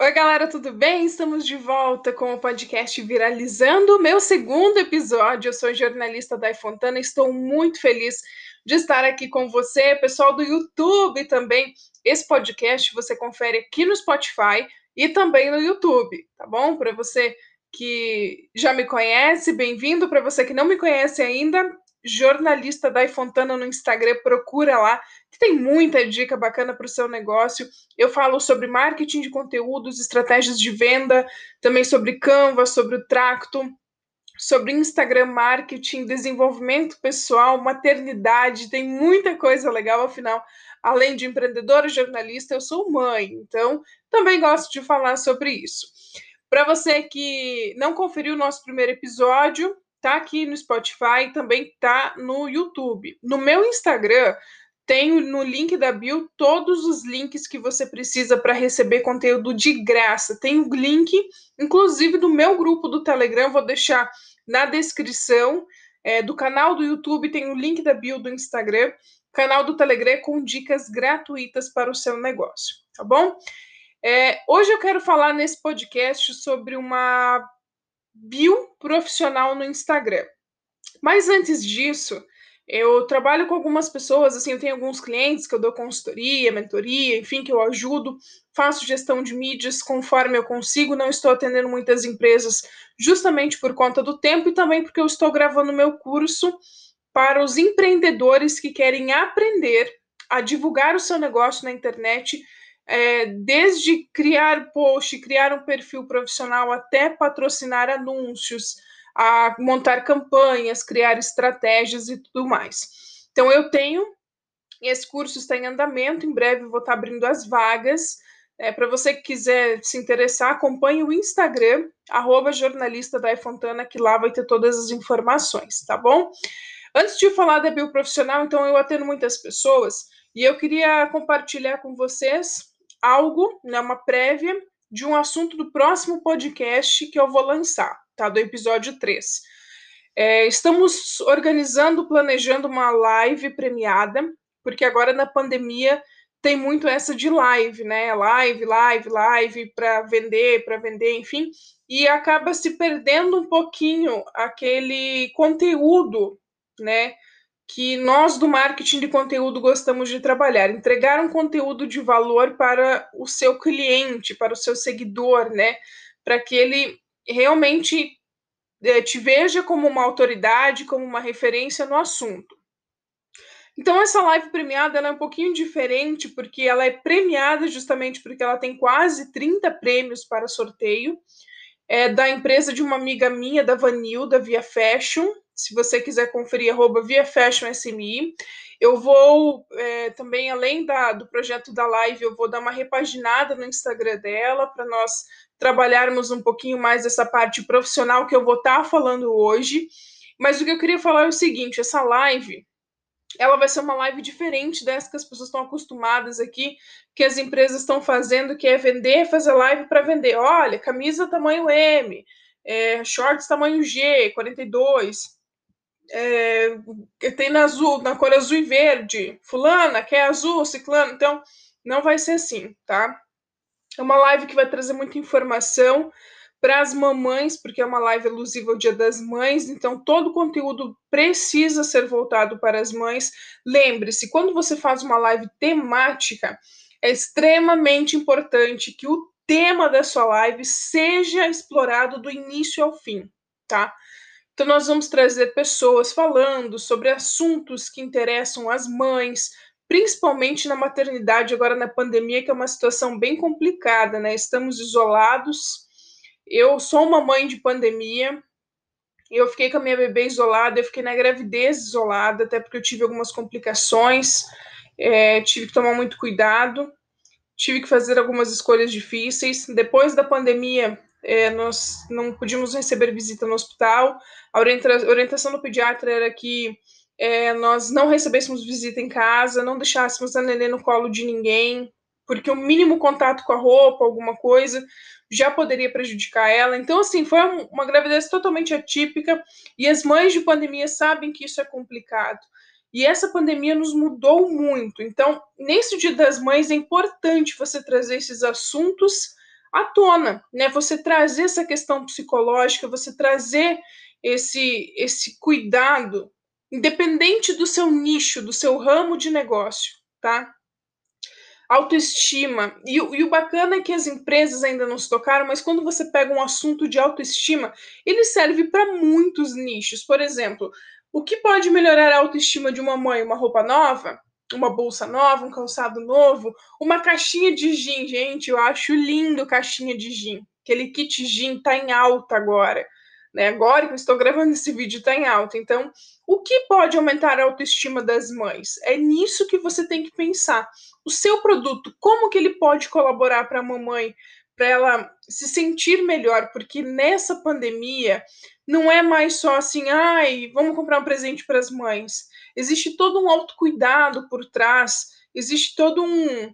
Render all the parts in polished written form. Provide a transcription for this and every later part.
Oi, galera, tudo bem? Estamos de volta com o podcast Viralizando, meu segundo episódio. Eu sou a jornalista Dai Fontana e estou muito feliz de estar aqui com você, pessoal do YouTube também. Esse podcast você confere aqui no Spotify e também no YouTube, tá bom? Para você que já me conhece, bem-vindo. Para você que não me conhece ainda, jornalista Dai Fontana no Instagram, procura lá, que tem muita dica bacana para o seu negócio. Eu falo sobre marketing de conteúdos, estratégias de venda, também sobre Canva, sobre o Tracto, sobre Instagram marketing, desenvolvimento pessoal, maternidade, tem muita coisa legal, afinal, além de empreendedora e jornalista, eu sou mãe, então também gosto de falar sobre isso. Para você que não conferiu o nosso primeiro episódio, tá aqui no Spotify, também tá no YouTube. No meu Instagram, tenho no link da bio todos os links que você precisa para receber conteúdo de graça. Tem o link, inclusive, do meu grupo do Telegram, vou deixar na descrição. Do canal do YouTube, tem o link da bio do Instagram, canal do Telegram com dicas gratuitas para o seu negócio, tá bom? Hoje eu quero falar nesse podcast sobre uma bio profissional no Instagram. Mas antes disso, eu trabalho com algumas pessoas, assim, eu tenho alguns clientes que eu dou consultoria, mentoria, enfim, que eu ajudo, faço gestão de mídias conforme eu consigo, não estou atendendo muitas empresas justamente por conta do tempo e também porque eu estou gravando meu curso para os empreendedores que querem aprender a divulgar o seu negócio na internet, desde criar post, criar um perfil profissional até patrocinar anúncios, a montar campanhas, criar estratégias e tudo mais. Então eu tenho, esse curso está em andamento, em breve vou estar abrindo as vagas. Para você que quiser se interessar, acompanhe o Instagram, @jornalista da Fontana, que lá vai ter todas as informações, tá bom? Antes de falar da bioprofissional, então eu atendo muitas pessoas e eu queria compartilhar com vocês algo, né, uma prévia de um assunto do próximo podcast que eu vou lançar, tá? Do episódio 3. Estamos organizando, planejando uma live premiada, porque agora na pandemia tem muito essa de live, né? Live para vender, enfim, e acaba se perdendo um pouquinho aquele conteúdo, né? Que nós do marketing de conteúdo gostamos de trabalhar, entregar um conteúdo de valor para o seu cliente, para o seu seguidor, né? Para que ele realmente te veja como uma autoridade, como uma referência no assunto. Então, essa live premiada ela é um pouquinho diferente, porque ela é premiada justamente porque ela tem quase 30 prêmios para sorteio, da empresa de uma amiga minha, da Vanilda, Via Fashion. Se você quiser conferir, @Via Fashion SMI. Eu vou também, além do projeto da live, eu vou dar uma repaginada no Instagram dela para nós trabalharmos um pouquinho mais essa parte profissional que eu vou estar falando hoje. Mas o que eu queria falar é o seguinte: essa live ela vai ser uma live diferente dessa que as pessoas estão acostumadas aqui, que as empresas estão fazendo, que é vender, fazer live para vender. Olha, camisa tamanho M, shorts tamanho G, 42, tem na cor azul e verde. Fulana quer azul, ciclano. Então, não vai ser assim, tá? É uma live que vai trazer muita informação para as mamães, porque é uma live alusiva ao Dia das Mães, então todo o conteúdo precisa ser voltado para as mães. Lembre-se, quando você faz uma live temática, é extremamente importante que o tema da sua live seja explorado do início ao fim, tá? Então, nós vamos trazer pessoas falando sobre assuntos que interessam as mães, principalmente na maternidade, agora na pandemia, que é uma situação bem complicada, né? Estamos isolados. Eu sou uma mãe de pandemia, eu fiquei com a minha bebê isolada, eu fiquei na gravidez isolada, até porque eu tive algumas complicações, tive que tomar muito cuidado, tive que fazer algumas escolhas difíceis. Depois da pandemia, nós não podíamos receber visita no hospital. A orientação do pediatra era que nós não recebêssemos visita em casa, não deixássemos a neném no colo de ninguém, porque o mínimo contato com a roupa, alguma coisa, já poderia prejudicar ela. Então, assim, foi uma gravidez totalmente atípica e as mães de pandemia sabem que isso é complicado. E essa pandemia nos mudou muito. Então, nesse Dia das Mães, é importante você trazer esses assuntos à tona, né? Você trazer essa questão psicológica, você trazer esse cuidado, independente do seu nicho, do seu ramo de negócio, tá? Autoestima. E o bacana é que as empresas ainda não se tocaram, mas quando você pega um assunto de autoestima, ele serve para muitos nichos. Por exemplo, o que pode melhorar a autoestima de uma mãe? Uma roupa nova? Uma bolsa nova? Um calçado novo? Uma caixinha de gin. Gente, eu acho lindo caixinha de gin. Aquele kit gin tá em alta agora. Né? Agora que eu estou gravando esse vídeo, tá em alta. Então, o que pode aumentar a autoestima das mães? É nisso que você tem que pensar. O seu produto, como que ele pode colaborar para a mamãe, para ela se sentir melhor? Porque nessa pandemia não é mais só assim, ai, vamos comprar um presente para as mães. Existe todo um autocuidado por trás, existe todo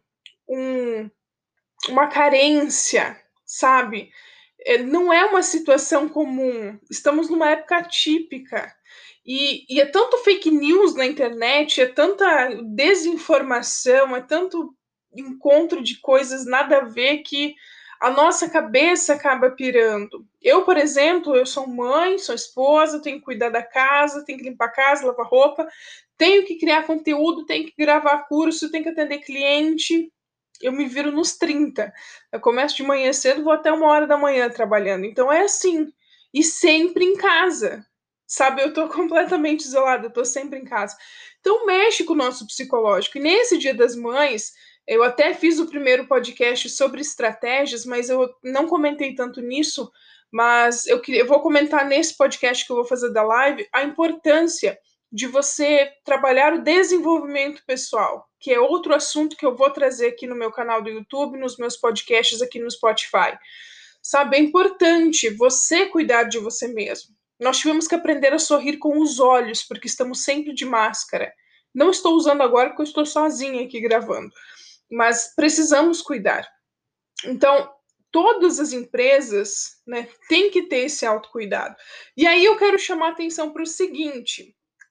um uma carência, sabe? Não é uma situação comum. Estamos numa época atípica. E é tanto fake news na internet, é tanta desinformação, é tanto encontro de coisas nada a ver que a nossa cabeça acaba pirando. Eu, por exemplo, eu sou mãe, sou esposa, tenho que cuidar da casa, tenho que limpar a casa, lavar roupa, tenho que criar conteúdo, tenho que gravar curso, tenho que atender cliente. Eu me viro nos 30. Eu começo de manhã cedo, vou até 1 hora da manhã trabalhando. Então é assim. E sempre em casa. Sabe, eu tô completamente isolada, eu tô sempre em casa. Então mexe com o nosso psicológico. E nesse Dia das Mães, eu até fiz o primeiro podcast sobre estratégias, mas eu não comentei tanto nisso. Mas eu vou comentar nesse podcast que eu vou fazer da live a importância de você trabalhar o desenvolvimento pessoal, que é outro assunto que eu vou trazer aqui no meu canal do YouTube, nos meus podcasts aqui no Spotify. Sabe, é importante você cuidar de você mesmo. Nós tivemos que aprender a sorrir com os olhos, porque estamos sempre de máscara. Não estou usando agora porque eu estou sozinha aqui gravando, mas precisamos cuidar. Então, todas as empresas, né, têm que ter esse autocuidado. E aí eu quero chamar a atenção para o seguinte: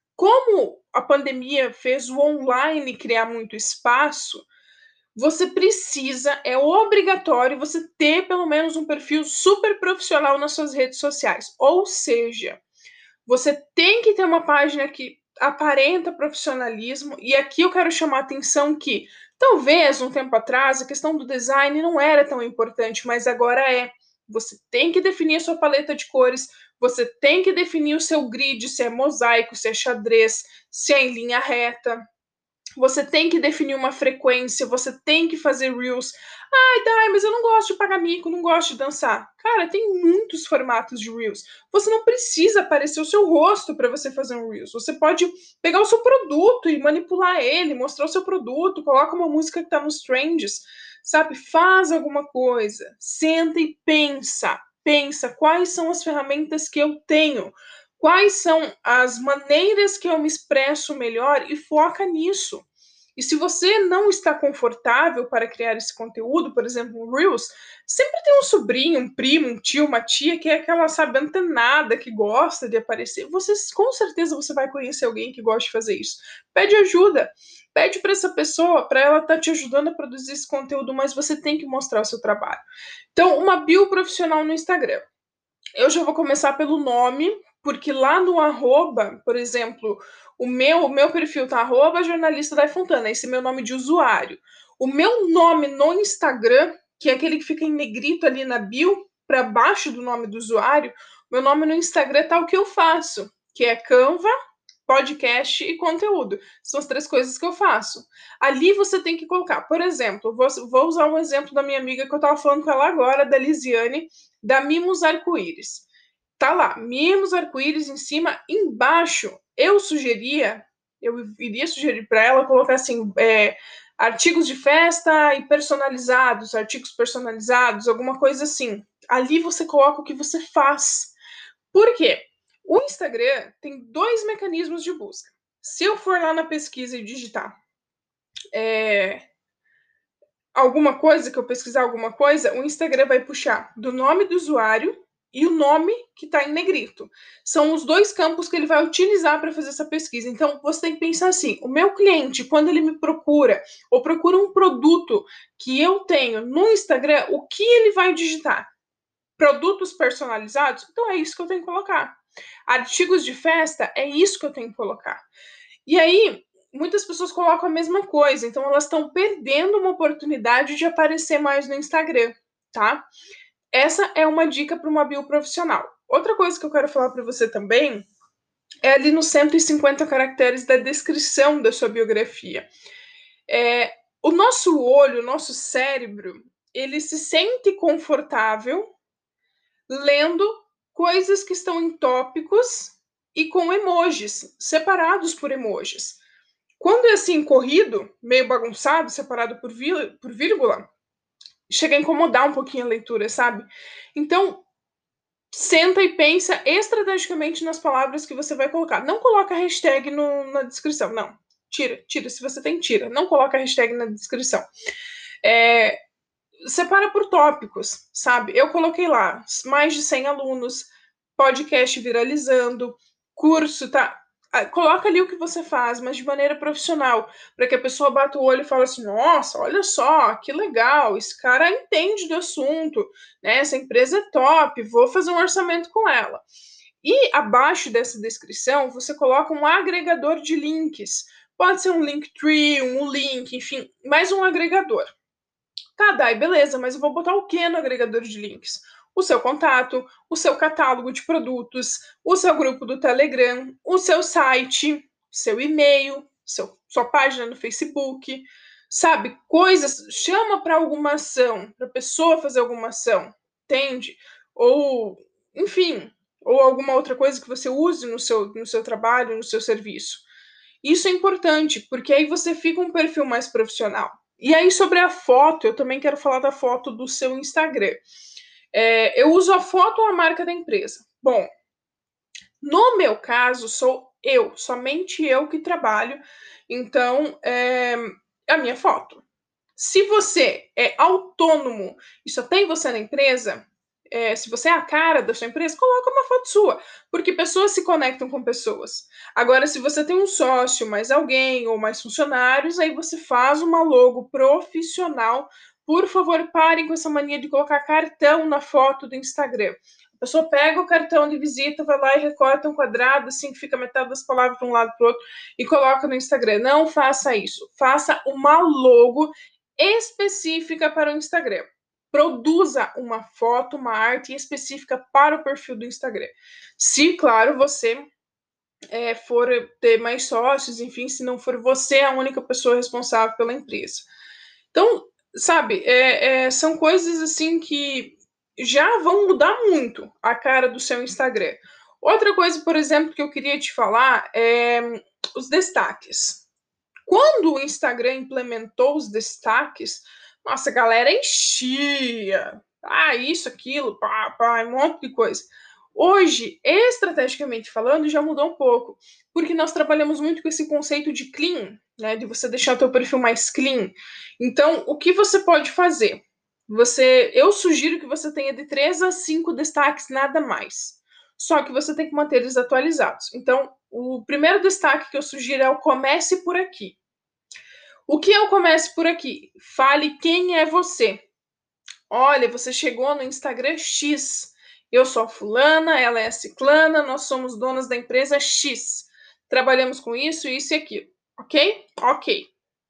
como a pandemia fez o online criar muito espaço, você precisa, é obrigatório você ter pelo menos um perfil super profissional nas suas redes sociais. Ou seja, você tem que ter uma página que aparenta profissionalismo, e aqui eu quero chamar a atenção que talvez um tempo atrás a questão do design não era tão importante, mas agora é. Você tem que definir a sua paleta de cores, você tem que definir o seu grid, se é mosaico, se é xadrez, se é em linha reta. Você tem que definir uma frequência, você tem que fazer reels. Ai, Dai, mas eu não gosto de pagar mico, não gosto de dançar. Cara, tem muitos formatos de reels. Você não precisa aparecer o seu rosto para você fazer um reels. Você pode pegar o seu produto e manipular ele, mostrar o seu produto, coloca uma música que tá nos trends, sabe? Faz alguma coisa. Senta e pensa. Pensa quais são as ferramentas que eu tenho. Quais são as maneiras que eu me expresso melhor e foca nisso. E se você não está confortável para criar esse conteúdo, por exemplo, um Reels, sempre tem um sobrinho, um primo, um tio, uma tia que é aquela, sabe, antenada, que gosta de aparecer. Você, com certeza, você vai conhecer alguém que gosta de fazer isso. Pede ajuda. Pede para essa pessoa, para ela estar te ajudando a produzir esse conteúdo, mas você tem que mostrar o seu trabalho. Então, uma bio profissional no Instagram. Eu já vou começar pelo nome, porque lá no arroba, por exemplo, o meu perfil tá arroba jornalista da Fontana, esse é meu nome de usuário. O meu nome no Instagram, que é aquele que fica em negrito ali na bio, para baixo do nome do usuário, meu nome no Instagram tá o que eu faço, que é Canva, podcast e conteúdo. São as 3 coisas que eu faço. Ali você tem que colocar, por exemplo, vou usar um exemplo da minha amiga que eu estava falando com ela agora, da Lisiane, da Mimos Arco-Íris. Tá lá, Mimos Arco-Íris em cima, embaixo, eu iria sugerir para ela colocar assim, artigos de festa e personalizados, artigos personalizados, alguma coisa assim. Ali você coloca o que você faz. Por quê? O Instagram tem 2 mecanismos de busca. Se eu for lá na pesquisa e digitar alguma coisa, que eu pesquisar alguma coisa, o Instagram vai puxar do nome do usuário e o nome que está em negrito. São os dois campos que ele vai utilizar para fazer essa pesquisa. Então, você tem que pensar assim, o meu cliente, quando ele me procura, ou procura um produto que eu tenho no Instagram, o que ele vai digitar? Produtos personalizados? Então, é isso que eu tenho que colocar. Artigos de festa? É isso que eu tenho que colocar. E aí, muitas pessoas colocam a mesma coisa, então elas estão perdendo uma oportunidade de aparecer mais no Instagram, tá? Essa é uma dica para uma bio profissional. Outra coisa que eu quero falar para você também é ali nos 150 caracteres da descrição da sua biografia. O nosso olho, o nosso cérebro, ele se sente confortável lendo coisas que estão em tópicos e com emojis, separados por emojis. Quando é assim, corrido, meio bagunçado, separado por vírgula, chega a incomodar um pouquinho a leitura, sabe? Então, senta e pensa estrategicamente nas palavras que você vai colocar. Não coloca hashtag na descrição, não. Tira. Se você tem, tira. Não coloca hashtag na descrição. Separa por tópicos, sabe? Eu coloquei lá mais de 100 alunos, podcast viralizando, curso, tá? Coloca ali o que você faz, mas de maneira profissional, para que a pessoa bata o olho e fale assim: nossa, olha só, que legal, esse cara entende do assunto, né? Essa empresa é top, vou fazer um orçamento com ela. E abaixo dessa descrição, você coloca um agregador de links. Pode ser um Linktree, um link, enfim, mais um agregador. Tá, Dai, beleza, mas eu vou botar o que no agregador de links? O seu contato, o seu catálogo de produtos, o seu grupo do Telegram, o seu site, seu e-mail, sua página no Facebook, sabe? Coisas, chama para alguma ação, para a pessoa fazer alguma ação, entende? Ou, enfim, ou alguma outra coisa que você use no seu trabalho, no seu serviço. Isso é importante, porque aí você fica um perfil mais profissional. E aí, sobre a foto, eu também quero falar da foto do seu Instagram. Eu uso a foto ou a marca da empresa? Bom, no meu caso, sou eu, somente eu que trabalho, então a minha foto. Se você é autônomo e só tem você na empresa, se você é a cara da sua empresa, coloca uma foto sua, porque pessoas se conectam com pessoas. Agora, se você tem um sócio, mais alguém ou mais funcionários, aí você faz uma logo profissional. Por favor, parem com essa mania de colocar cartão na foto do Instagram. A pessoa pega o cartão de visita, vai lá e recorta um quadrado, assim, que fica metade das palavras para um lado para o outro, e coloca no Instagram. Não faça isso. Faça uma logo específica para o Instagram. Produza uma foto, uma arte específica para o perfil do Instagram. Se, claro, você for ter mais sócios, enfim, se não for você a única pessoa responsável pela empresa. Então, sabe, são coisas assim que já vão mudar muito a cara do seu Instagram. Outra coisa, por exemplo, que eu queria te falar é os destaques. Quando o Instagram implementou os destaques, nossa, a galera enchia. Isso, aquilo, um monte de coisa. Hoje, estrategicamente falando, já mudou um pouco, porque nós trabalhamos muito com esse conceito de clean, né, de você deixar o teu perfil mais clean. Então, o que você pode fazer? Eu sugiro que você tenha de 3 a 5 destaques, nada mais. Só que você tem que manter eles atualizados. Então, o primeiro destaque que eu sugiro é o comece por aqui. O que é o comece por aqui? Fale quem é você. Olha, você chegou no Instagram X. Eu sou a fulana, ela é a ciclana, nós somos donas da empresa X. Trabalhamos com isso, isso e aquilo. Ok? Ok.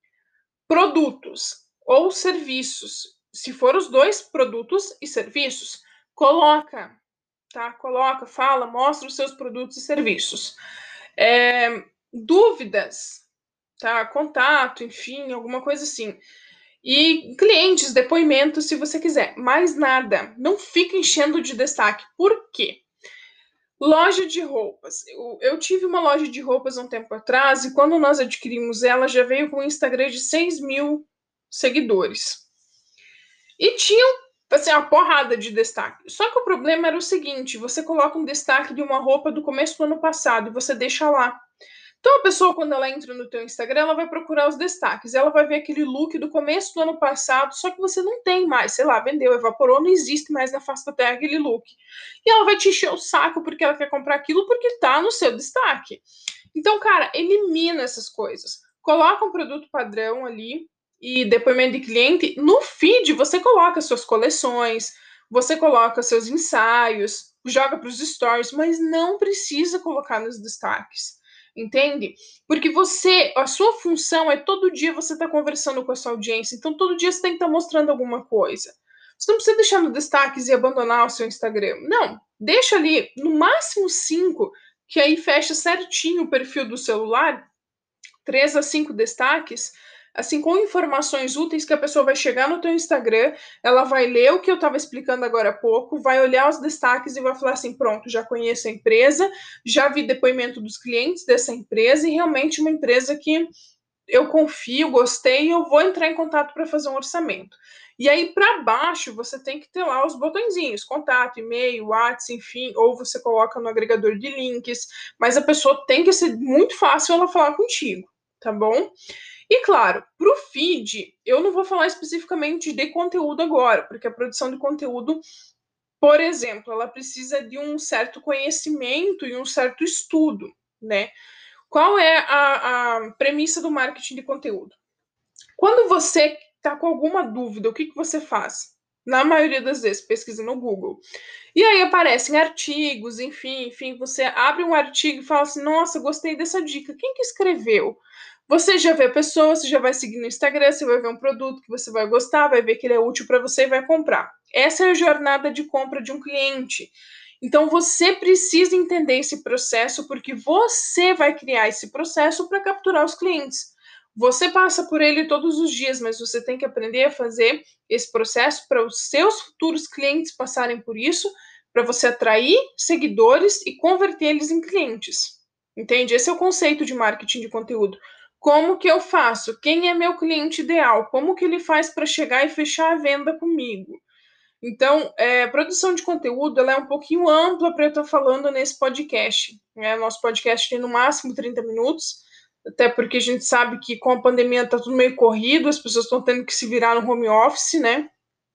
Produtos ou serviços. Se for os dois, produtos e serviços, coloca, tá? Coloca, fala, mostra os seus produtos e serviços. Dúvidas, tá? Contato, enfim, alguma coisa assim. E clientes, depoimentos, se você quiser. Mais nada. Não fica enchendo de destaque. Por quê? Loja de roupas. Eu tive uma loja de roupas um tempo atrás e quando nós adquirimos ela, já veio com um Instagram de 6 mil seguidores. E tinham, assim, uma porrada de destaque. Só que o problema era o seguinte, você coloca um destaque de uma roupa do começo do ano passado e você deixa lá. Então a pessoa, quando ela entra no teu Instagram, ela vai procurar os destaques, ela vai ver aquele look do começo do ano passado, só que você não tem mais, sei lá, vendeu, evaporou, não existe mais na face da terra aquele look. E ela vai te encher o saco porque ela quer comprar aquilo porque tá no seu destaque. Então, cara, elimina essas coisas. Coloca um produto padrão ali e depoimento de cliente. No feed, você coloca suas coleções, você coloca seus ensaios, joga para os stories, mas não precisa colocar nos destaques. Entende? Porque a sua função é todo dia você estar conversando com a sua audiência, então todo dia você tem que estar mostrando alguma coisa. Você não precisa deixar no destaques e abandonar o seu Instagram. Não, deixa ali no máximo 5, que aí fecha certinho o perfil do celular, 3 a 5 destaques, assim, com informações úteis que a pessoa vai chegar no teu Instagram, ela vai ler o que eu estava explicando agora há pouco, vai olhar os destaques e vai falar assim, pronto, já conheço a empresa, já vi depoimento dos clientes dessa empresa e realmente uma empresa que eu confio, gostei e eu vou entrar em contato para fazer um orçamento. E aí, para baixo, você tem que ter lá os botõezinhos, contato, e-mail, WhatsApp, enfim, ou você coloca no agregador de links, mas a pessoa tem que ser muito fácil ela falar contigo, tá bom? E claro, para o feed, eu não vou falar especificamente de conteúdo agora, porque a produção de conteúdo, por exemplo, ela precisa de um certo conhecimento e um certo estudo, né? Qual é a premissa do marketing de conteúdo? Quando você está com alguma dúvida, o que você faz? Na maioria das vezes, pesquisa no Google. E aí aparecem artigos, enfim, você abre um artigo e fala assim, nossa, gostei dessa dica. Quem que escreveu? Você já vê a pessoa, você já vai seguir no Instagram, você vai ver um produto que você vai gostar, vai ver que ele é útil para você e vai comprar. Essa é a jornada de compra de um cliente. Então você precisa entender esse processo porque você vai criar esse processo para capturar os clientes. Você passa por ele todos os dias, mas você tem que aprender a fazer esse processo para os seus futuros clientes passarem por isso, para você atrair seguidores e converter eles em clientes. Entende? Esse é o conceito de marketing de conteúdo. Como que eu faço? Quem é meu cliente ideal? Como que ele faz para chegar e fechar a venda comigo? Então, produção de conteúdo ela é um pouquinho ampla para eu estar falando nesse podcast. Né? Nosso podcast tem no máximo 30 minutos, até porque a gente sabe que com a pandemia está tudo meio corrido, as pessoas estão tendo que se virar no home office, né?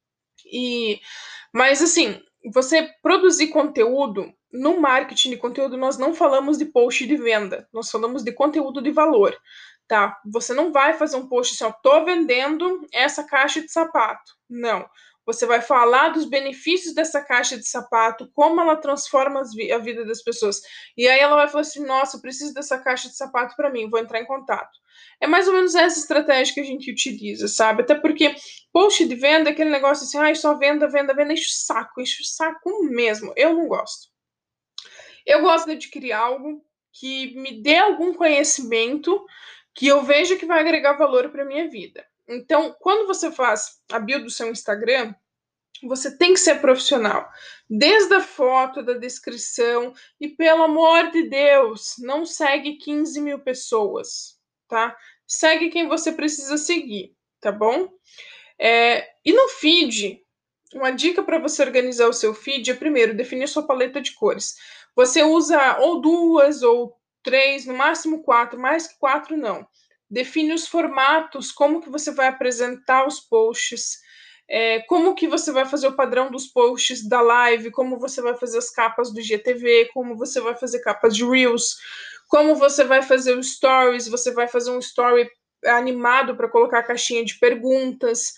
Mas assim, você produzir conteúdo, no marketing de conteúdo, nós não falamos de post de venda, nós falamos de conteúdo de valor, tá? Você não vai fazer um post assim, ó, tô vendendo essa caixa de sapato. Não. Você vai falar dos benefícios dessa caixa de sapato, como ela transforma a vida das pessoas. E aí ela vai falar assim: nossa, eu preciso dessa caixa de sapato para mim, vou entrar em contato. É mais ou menos essa estratégia que a gente utiliza, sabe? Até porque post de venda é aquele negócio assim, ai, só venda, venda, venda, enche o saco mesmo. Eu não gosto. Eu gosto de adquirir algo que me dê algum conhecimento que eu veja que vai agregar valor para minha vida. Então, quando você faz a bio do seu Instagram, você tem que ser profissional. Desde a foto, da descrição, e pelo amor de Deus, não segue 15 mil pessoas, tá? Segue quem você precisa seguir, tá bom? E no feed, uma dica para você organizar o seu feed é, primeiro, definir sua paleta de cores. Você usa ou 2 ou 3, no máximo 4, mais que 4 não. Define os formatos, como que você vai apresentar os posts, como que você vai fazer o padrão dos posts da live, como você vai fazer as capas do IGTV, como você vai fazer capas de Reels, como você vai fazer os stories, você vai fazer um story animado para colocar a caixinha de perguntas.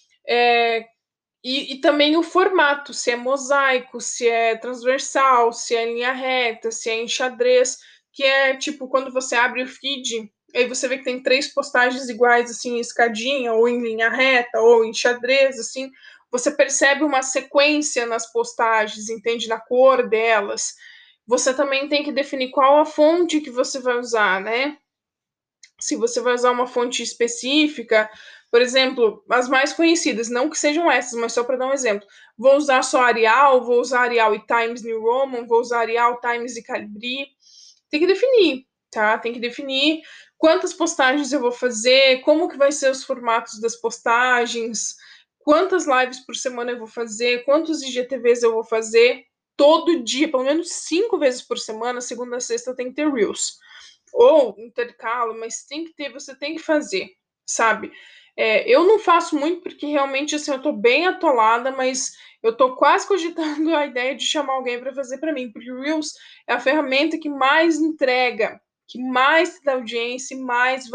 E também o formato, se é mosaico, se é transversal, se é linha reta, se é em xadrez, que é tipo quando você abre o feed, aí você vê que tem 3 postagens iguais, assim, em escadinha, ou em linha reta, ou em xadrez, assim, você percebe uma sequência nas postagens, entende? Na cor delas. Você também tem que definir qual a fonte que você vai usar, né? Se você vai usar uma fonte específica, por exemplo, as mais conhecidas, não que sejam essas, mas só para dar um exemplo. Vou usar só Arial, vou usar Arial e Times New Roman, vou usar Arial, Times e Calibri. Tem que definir, tá? Tem que definir quantas postagens eu vou fazer, como que vai ser os formatos das postagens, quantas lives por semana eu vou fazer, quantos IGTVs eu vou fazer. Todo dia, pelo menos 5 vezes por semana, segunda a sexta, tem que ter Reels. ou intercalo, mas tem que ter, você tem que fazer, sabe? Eu não faço muito porque realmente assim eu tô bem atolada, mas eu tô quase cogitando a ideia de chamar alguém para fazer para mim, porque o Reels é a ferramenta que mais entrega, que mais te dá audiência e mais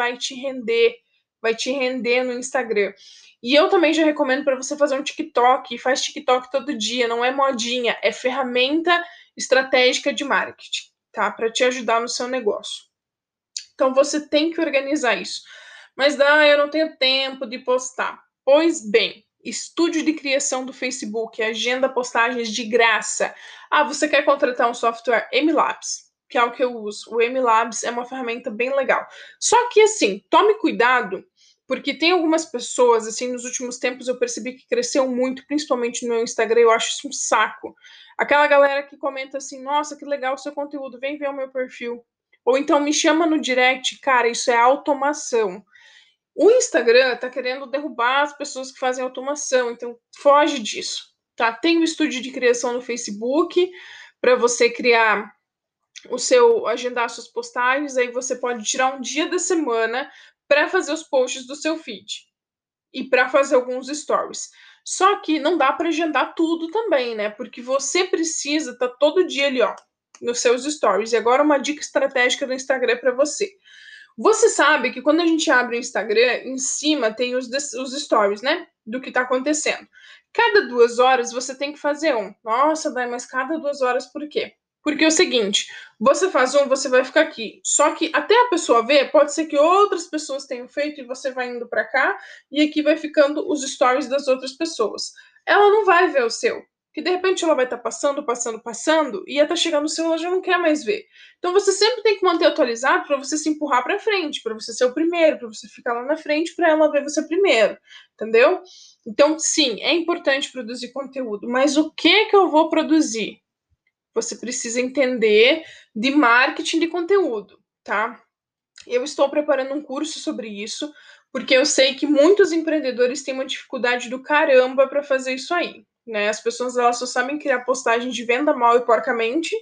vai te render no Instagram. E eu também já recomendo para você fazer um TikTok, e faz TikTok todo dia, não é modinha, é ferramenta estratégica de marketing, tá? Para te ajudar no seu negócio. Então você tem que organizar isso. Mas eu não tenho tempo de postar. Pois bem, estúdio de criação do Facebook, agenda postagens de graça. Ah, você quer contratar um software MLabs, que é o que eu uso. O MLabs é uma ferramenta bem legal. Só que assim, tome cuidado, porque tem algumas pessoas, assim, nos últimos tempos eu percebi que cresceu muito, principalmente no meu Instagram, eu acho isso um saco. Aquela galera que comenta assim, nossa, que legal o seu conteúdo, vem ver o meu perfil. Ou então me chama no direct, cara, isso é automação. O Instagram tá querendo derrubar as pessoas que fazem automação, então foge disso, tá? Tem o estúdio de criação no Facebook para você criar agendar suas postagens, aí você pode tirar um dia da semana para fazer os posts do seu feed e para fazer alguns stories. Só que não dá para agendar tudo também, né? Porque você precisa estar todo dia ali, ó, nos seus stories. E agora uma dica estratégica do Instagram para você. Você sabe que quando a gente abre o Instagram, em cima tem os stories, né? Do que tá acontecendo. Cada 2 horas você tem que fazer um. Nossa, Dai, mas cada 2 horas por quê? Porque é o seguinte, você faz um, você vai ficar aqui. Só que até a pessoa ver, pode ser que outras pessoas tenham feito e você vai indo para cá e aqui vai ficando os stories das outras pessoas. Ela não vai ver o seu, que de repente ela vai estar passando, passando, passando e até chegar no seu ela já não quer mais ver. Então você sempre tem que manter atualizado para você se empurrar para frente, para você ser o primeiro, para você ficar lá na frente, para ela ver você primeiro, entendeu? Então, sim, é importante produzir conteúdo, mas o que que eu vou produzir? Você precisa entender de marketing de conteúdo, tá? Eu estou preparando um curso sobre isso, porque eu sei que muitos empreendedores têm uma dificuldade do caramba para fazer isso aí, né? As pessoas elas só sabem criar postagens de venda mal e porcamente.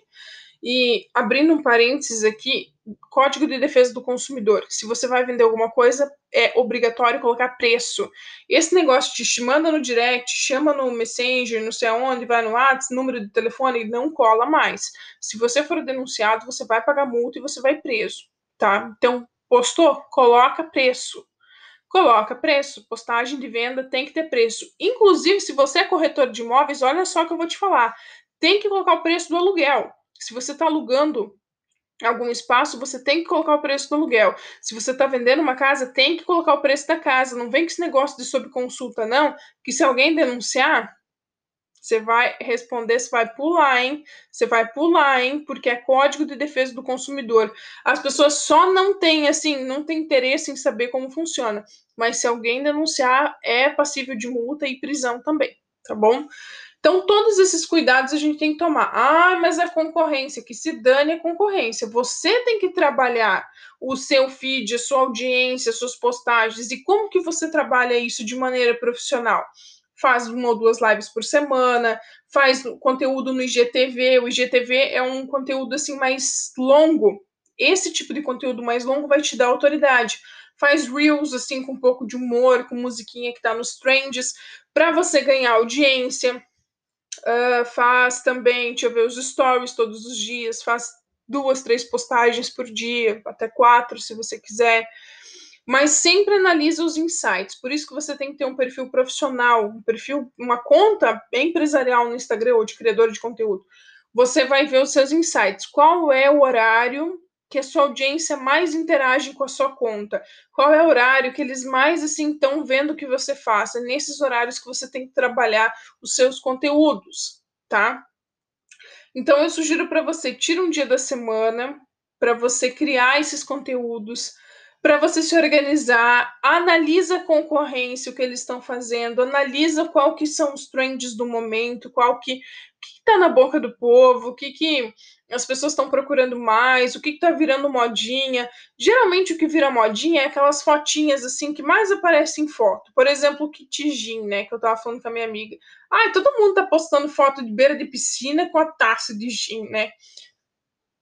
E abrindo um parênteses aqui, Código de Defesa do Consumidor. Se você vai vender alguma coisa, é obrigatório colocar preço. Esse negócio de te manda no direct, chama no Messenger, não sei aonde, vai no WhatsApp, número de telefone, não cola mais. Se você for denunciado, você vai pagar multa e você vai preso, tá? Então, postou? Coloca preço. Coloca preço. Postagem de venda tem que ter preço. Inclusive, se você é corretor de imóveis, olha só o que eu vou te falar. Tem que colocar o preço do aluguel. Se você está alugando algum espaço, você tem que colocar o preço do aluguel. Se você está vendendo uma casa, tem que colocar o preço da casa. Não vem com esse negócio de sob consulta, não, que se alguém denunciar, você vai responder, você vai pular, hein? Você vai pular, hein? Porque é Código de Defesa do Consumidor. As pessoas só não têm, assim, não têm interesse em saber como funciona. Mas se alguém denunciar, é passível de multa e prisão também, tá bom? Então, todos esses cuidados a gente tem que tomar. Ah, mas a concorrência, que se dane a concorrência. Você tem que trabalhar o seu feed, a sua audiência, as suas postagens. E como que você trabalha isso de maneira profissional? Faz 1 ou 2 lives por semana, faz conteúdo no IGTV. O IGTV é um conteúdo assim mais longo. Esse tipo de conteúdo mais longo vai te dar autoridade. Faz reels assim com um pouco de humor, com musiquinha que tá nos trends, para você ganhar audiência. Faz também, deixa eu ver, os stories todos os dias, faz 2, 3 postagens por dia, até 4, se você quiser. Mas sempre analisa os insights. Por isso que você tem que ter um perfil profissional, um perfil, uma conta empresarial no Instagram ou de criador de conteúdo. Você vai ver os seus insights. Qual é o horário que a sua audiência mais interage com a sua conta? Qual é o horário que eles mais assim estão vendo que você faça? É nesses horários que você tem que trabalhar os seus conteúdos, tá? Então eu sugiro para você, tira um dia da semana para você criar esses conteúdos, para você se organizar, analisa a concorrência, o que eles estão fazendo, analisa qual que são os trends do momento, qual que está na boca do povo, o que as pessoas estão procurando mais, o que está virando modinha. Geralmente o que vira modinha é aquelas fotinhas assim que mais aparecem em foto. Por exemplo, o kit gin, né, que eu estava falando com a minha amiga. Ah, todo mundo tá postando foto de beira de piscina com a taça de gin, né?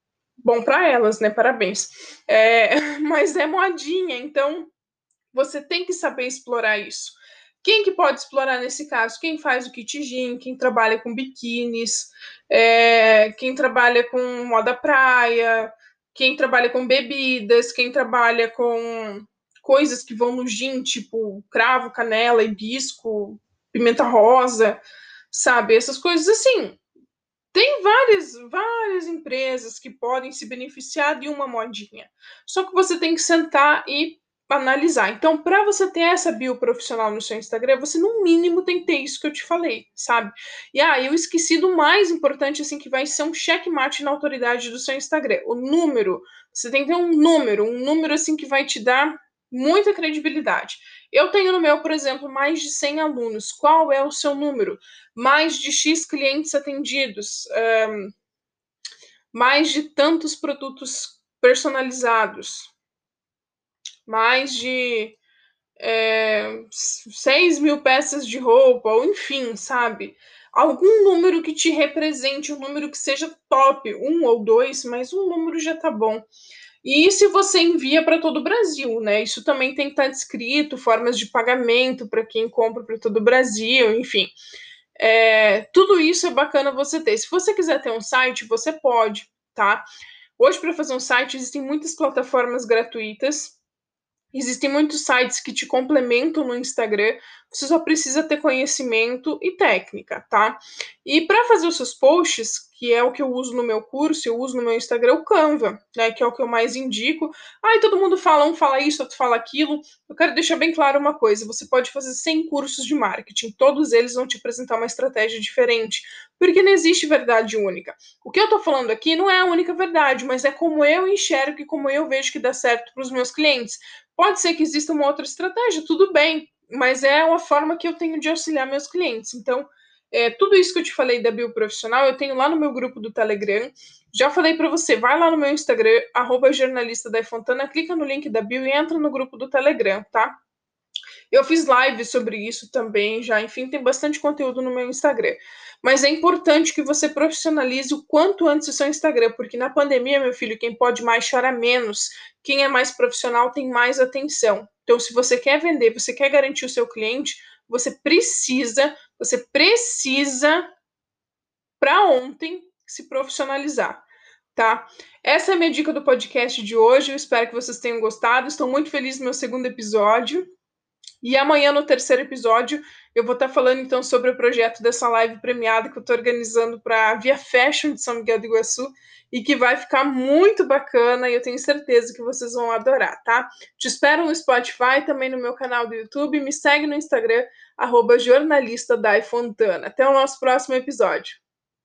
Bom para elas, né? Parabéns. Mas é modinha, então você tem que saber explorar isso. Quem que pode explorar nesse caso? Quem faz o kit jean, quem trabalha com biquínis, quem trabalha com moda praia, quem trabalha com bebidas, quem trabalha com coisas que vão no gin, tipo cravo, canela, hibisco, pimenta rosa, sabe? Essas coisas assim. Tem várias empresas que podem se beneficiar de uma modinha. Só que você tem que sentar e analisar. Então, para você ter essa bio profissional no seu Instagram, você no mínimo tem que ter isso que eu te falei, sabe? E eu esqueci do mais importante, assim, que vai ser um checkmate na autoridade do seu Instagram. O número. Você tem que ter um número assim que vai te dar muita credibilidade. Eu tenho no meu, por exemplo, mais de 100 alunos. Qual é o seu número? Mais de X clientes atendidos, mais de tantos produtos personalizados, mais de 6 mil peças de roupa, ou enfim, sabe? Algum número que te represente, um número que seja top, um ou dois, mas um número já tá bom. E se você envia para todo o Brasil, né? Isso também tem que estar descrito, formas de pagamento para quem compra para todo o Brasil, enfim. Tudo isso é bacana você ter. Se você quiser ter um site, você pode, tá? Hoje, para fazer um site, existem muitas plataformas gratuitas. Existem muitos sites que te complementam no Instagram, você só precisa ter conhecimento e técnica, tá? E para fazer os seus posts, que é o que eu uso no meu curso, eu uso no meu Instagram o Canva, né, que é o que eu mais indico. Todo mundo fala, um fala isso, outro fala aquilo. Eu quero deixar bem claro uma coisa, você pode fazer 100 cursos de marketing, todos eles vão te apresentar uma estratégia diferente, porque não existe verdade única. O que eu tô falando aqui não é a única verdade, mas é como eu enxergo e como eu vejo que dá certo para os meus clientes. Pode ser que exista uma outra estratégia, tudo bem, mas é uma forma que eu tenho de auxiliar meus clientes. Então, tudo isso que eu te falei da bio profissional, eu tenho lá no meu grupo do Telegram. Já falei para você, vai lá no meu Instagram, @jornalista da Fontana, clica no link da bio e entra no grupo do Telegram, tá? Eu fiz lives sobre isso também já, enfim, tem bastante conteúdo no meu Instagram. Mas é importante que você profissionalize o quanto antes o seu Instagram, porque na pandemia, meu filho, quem pode mais chora menos. Quem é mais profissional tem mais atenção. Então, se você quer vender, você quer garantir o seu cliente, você precisa para ontem se profissionalizar, tá? Essa é a minha dica do podcast de hoje. Eu espero que vocês tenham gostado. Estou muito feliz no meu segundo episódio. E amanhã, no terceiro episódio, eu vou estar falando então sobre o projeto dessa live premiada que eu estou organizando para a Via Fashion de São Miguel do Iguaçu e que vai ficar muito bacana e eu tenho certeza que vocês vão adorar, tá? Te espero no Spotify, também no meu canal do YouTube, me segue no Instagram, @jornalista Dai Fontana. Até o nosso próximo episódio.